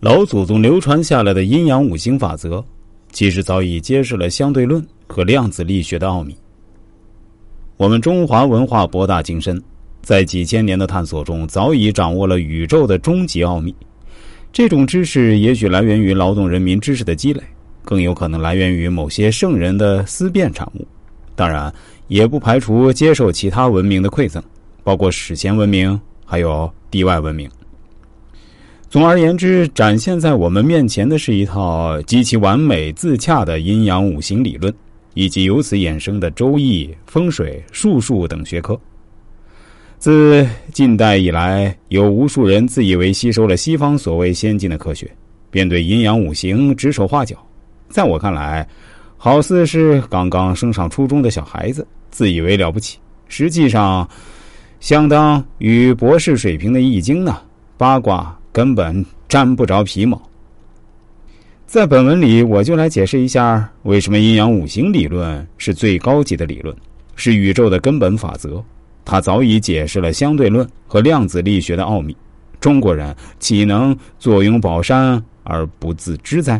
老祖宗流传下来的阴阳五行法则，其实早已揭示了相对论和量子力学的奥秘。我们中华文化博大精深，在几千年的探索中，早已掌握了宇宙的终极奥秘。这种知识也许来源于劳动人民知识的积累，更有可能来源于某些圣人的思辨产物。当然，也不排除接受其他文明的馈赠，包括史前文明，还有地外文明。总而言之，展现在我们面前的是一套极其完美自洽的阴阳五行理论，以及由此衍生的周易、风水、术数等学科。自近代以来，有无数人自以为吸收了西方所谓先进的科学，便对阴阳五行指手画脚。在我看来，好似是刚刚升上初中的小孩子，自以为了不起，实际上相当于博士水平的易经呢，八卦根本沾不着皮毛。在本文里，我就来解释一下为什么阴阳五行理论是最高级的理论，是宇宙的根本法则。它早已解释了相对论和量子力学的奥秘，中国人岂能坐拥宝山而不自知哉？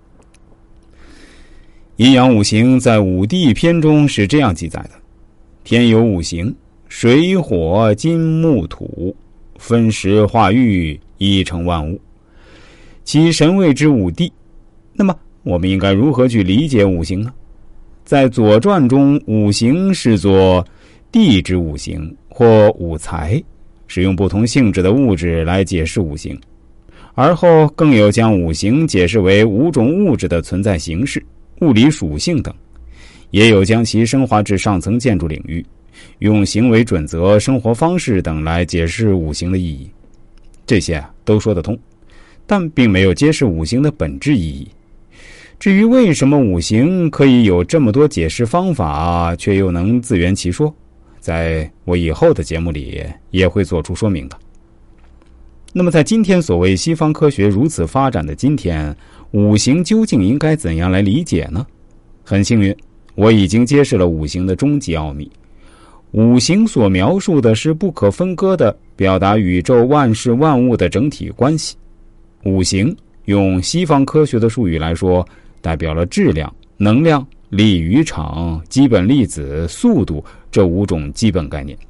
阴阳五行在五帝篇中是这样记载的：天有五行，水火金木土，分时化育，一成万物，其神谓之五帝。那么我们应该如何去理解五行呢？在左传中，五行视作地之五行或五财，使用不同性质的物质来解释五行。而后更有将五行解释为五种物质的存在形式、物理属性等，也有将其升华至上层建筑领域，用行为准则、生活方式等来解释五行的意义。这些都说得通，但并没有揭示五行的本质意义。至于为什么五行可以有这么多解释方法，却又能自圆其说，在我以后的节目里也会做出说明的。那么在今天所谓西方科学如此发展的今天，五行究竟应该怎样来理解呢？很幸运，我已经揭示了五行的终极奥秘。五行所描述的是不可分割的表达宇宙万事万物的整体关系。五行用西方科学的术语来说，代表了质量、能量、力与场、基本粒子、速度这五种基本概念。